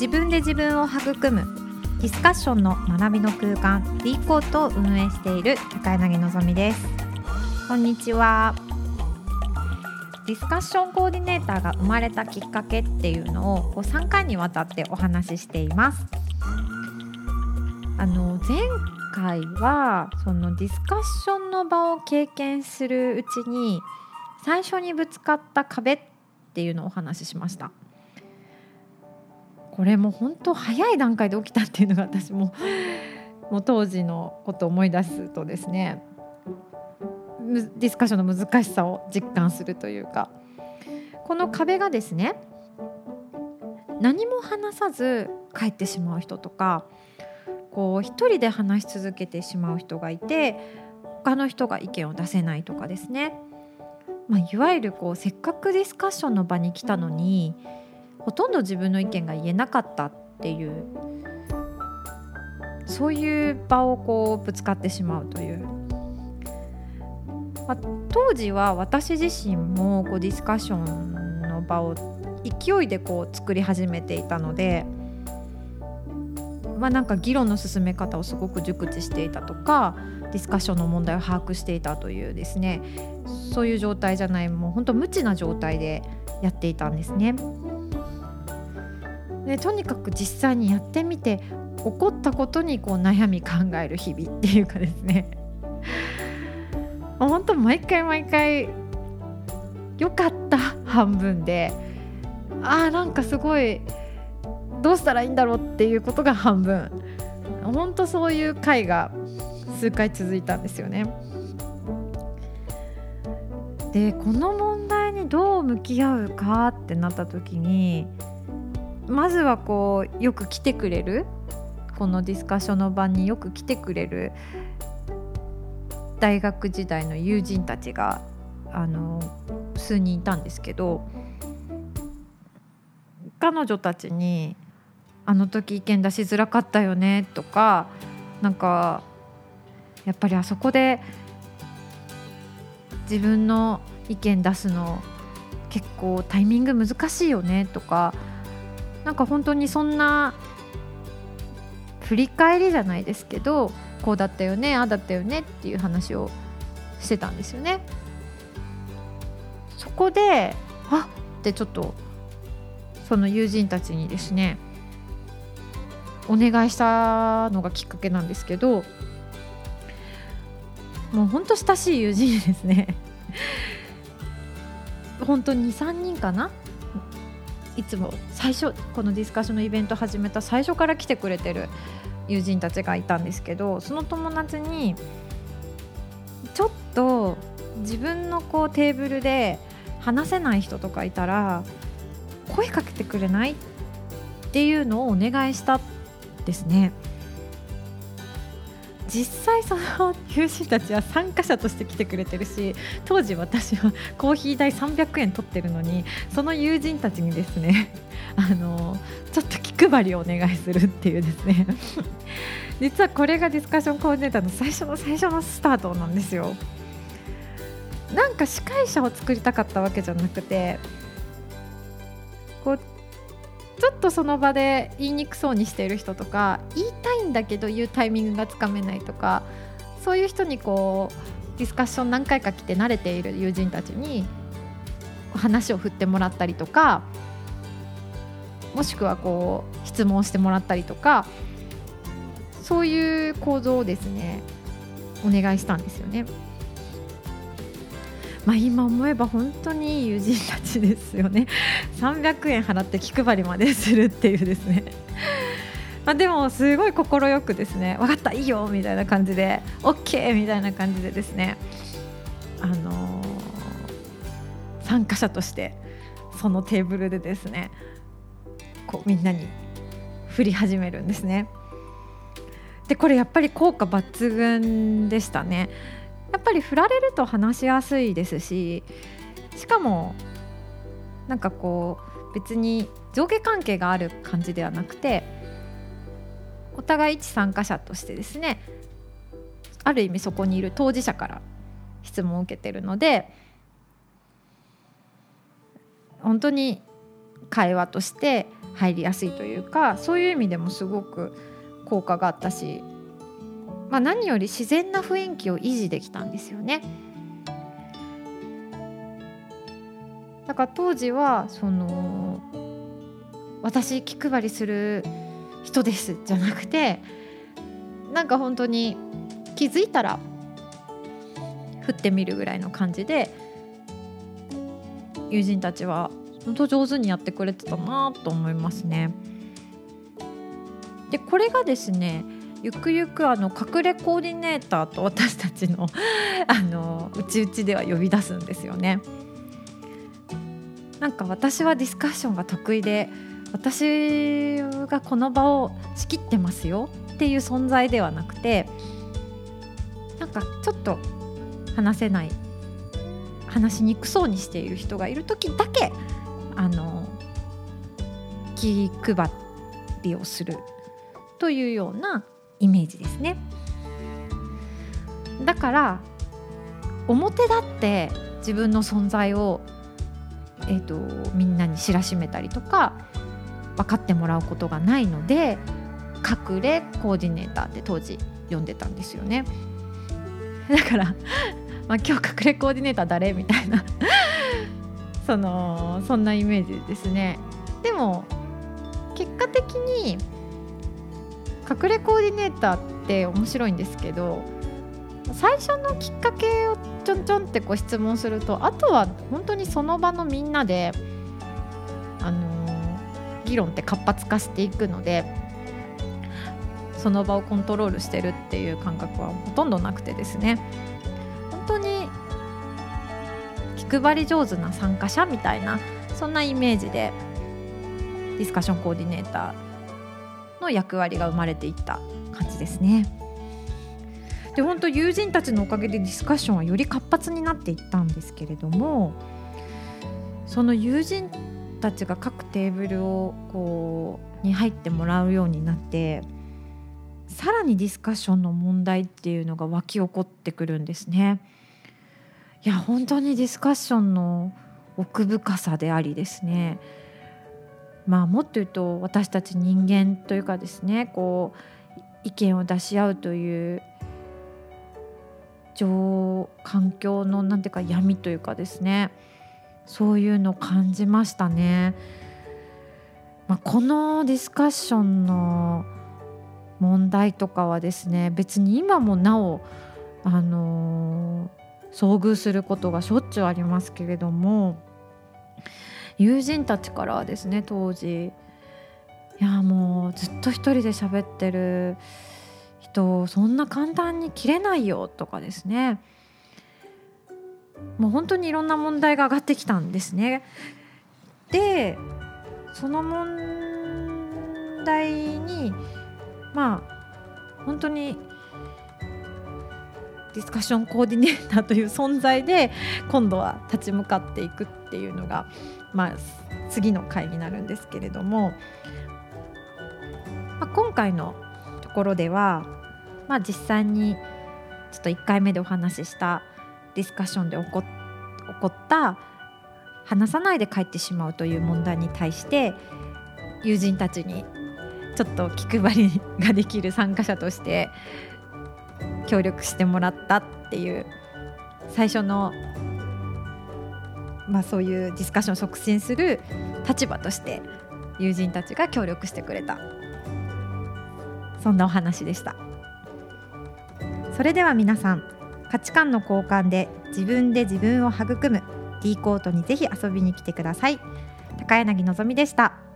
自分で自分を育むディスカッションの学びの空間 D コートを運営している高柳のぞみです。こんにちは。ディスカッションコーディネーターが生まれたきっかけっていうのを3回にわたってお話ししています。前回はそのディスカッションの場を経験するうちに最初にぶつかった壁っていうのをお話ししました。これも本当早い段階で起きたっていうのが私もう当時のことを思い出すとですね、ディスカッションの難しさを実感するというか、この壁がですね、何も話さず帰ってしまう人とか、一人で話し続けてしまう人がいて、他の人が意見を出せないとかですね、いわゆるせっかくディスカッションの場に来たのにほとんど自分の意見が言えなかったっていう、そういう場をぶつかってしまうという、当時は私自身もディスカッションの場を勢いで作り始めていたので、なんか議論の進め方をすごく熟知していたとか、ディスカッションの問題を把握していたというですね、そういう状態じゃない、もう本当無知な状態でやっていたんですね。でとにかく実際にやってみて起こったことに悩み考える日々っていうかですね本当毎回よかった半分で、なんかすごいどうしたらいいんだろうっていうことが半分、本当そういう回が数回続いたんですよね。でこの問題にどう向き合うかってなった時に、まずはよく来てくれる、このディスカッションの場によく来てくれる大学時代の友人たちが数人いたんですけど、彼女たちにあの時意見出しづらかったよねとか、なんかやっぱりあそこで自分の意見出すの結構タイミング難しいよねとか、なんか本当にそんな振り返りじゃないですけど、こうだったよね、ああだったよねっていう話をしてたんですよね。そこでってちょっとその友人たちにですねお願いしたのがきっかけなんですけど、もう本当親しい友人にですね本当に 2,3 人かな、いつも最初このディスカッションのイベント始めた最初から来てくれてる友人たちがいたんですけど、その友達にちょっと自分のテーブルで話せない人とかいたら声かけてくれないっていうのをお願いしたんですね。実際その友人たちは参加者として来てくれてるし、当時私はコーヒー代300円取ってるのに、その友人たちにですねちょっと気配りをお願いするっていうですね実はこれがディスカッションコーディネーターの最初のスタートなんですよ。なんか司会者を作りたかったわけじゃなくて、ちょっとその場で言いにくそうにしている人とか、言いたいんだけど言うタイミングがつかめないとか、そういう人にディスカッション何回か来て慣れている友人たちに話を振ってもらったりとか、もしくは質問してもらったりとか、そういう構造をですねお願いしたんですよね。今思えば本当にいい友人たちですよね。300円払って気配りまでするっていうですねでもすごい快くですね、分かったいいよみたいな感じで OK みたいな感じでですね、参加者としてそのテーブルでですねみんなに振り始めるんですね。でこれやっぱり効果抜群でしたね。やっぱり振られると話しやすいですし、しかもなんか別に上下関係がある感じではなくて、お互い一参加者としてですね、ある意味そこにいる当事者から質問を受けているので、本当に会話として入りやすいというか、そういう意味でもすごく効果があったし、何より自然な雰囲気を維持できたんですよね。だから当時は私気配りする人ですじゃなくて、なんか本当に気づいたら振ってみるぐらいの感じで、友人たちは本当上手にやってくれてたなと思いますね。でこれがですね、ゆくゆく隠れコーディネーターと私たちのうちうちでは呼び出すんですよね。なんか私はディスカッションが得意で、私がこの場を仕切ってますよっていう存在ではなくて、なんかちょっと話せない、話しにくそうにしている人がいる時だけ気配りをするというようなイメージですね。だから表立って自分の存在を、みんなに知らしめたりとか分かってもらうことがないので、隠れコーディネーターって当時呼んでたんですよね。だから今日隠れコーディネーター誰みたいなそんなイメージですね。でも結果的に隠れコーディネーターって面白いんですけど、最初のきっかけをちょんちょんって質問すると、あとは本当にその場のみんなで、議論って活発化していくので、その場をコントロールしてるっていう感覚はほとんどなくてですね、本当に気配り上手な参加者みたいな、そんなイメージでディスカッションコーディネーターの役割が生まれていった感じですね。で本当友人たちのおかげでディスカッションはより活発になっていったんですけれども、その友人たちが各テーブルをに入ってもらうようになって、さらにディスカッションの問題っていうのが湧き起こってくるんですね。いや本当にディスカッションの奥深さでありですね、もっと言うと私たち人間というかですね、意見を出し合うという環境のなんていうか闇というかですね、そういうのを感じましたね。このディスカッションの問題とかはですね、別に今もなお遭遇することがしょっちゅうありますけれども、友人たちからはですね、当時いやもうずっと一人で喋ってる人そんな簡単に切れないよとかですね、もう本当にいろんな問題が上がってきたんですね。でその問題に本当にディスカッションコーディネーターという存在で今度は立ち向かっていくっていうのが、次の回になるんですけれども、今回のところでは、実際にちょっと1回目でお話ししたディスカッションで起こった話さないで帰ってしまうという問題に対して友人たちにちょっと気配りができる参加者として協力してもらったっていう最初の、そういうディスカッションを促進する立場として友人たちが協力してくれた、そんなお話でした。それでは皆さん、価値観の交換で自分で自分を育む D コートにぜひ遊びに来てください。高柳のぞみでした。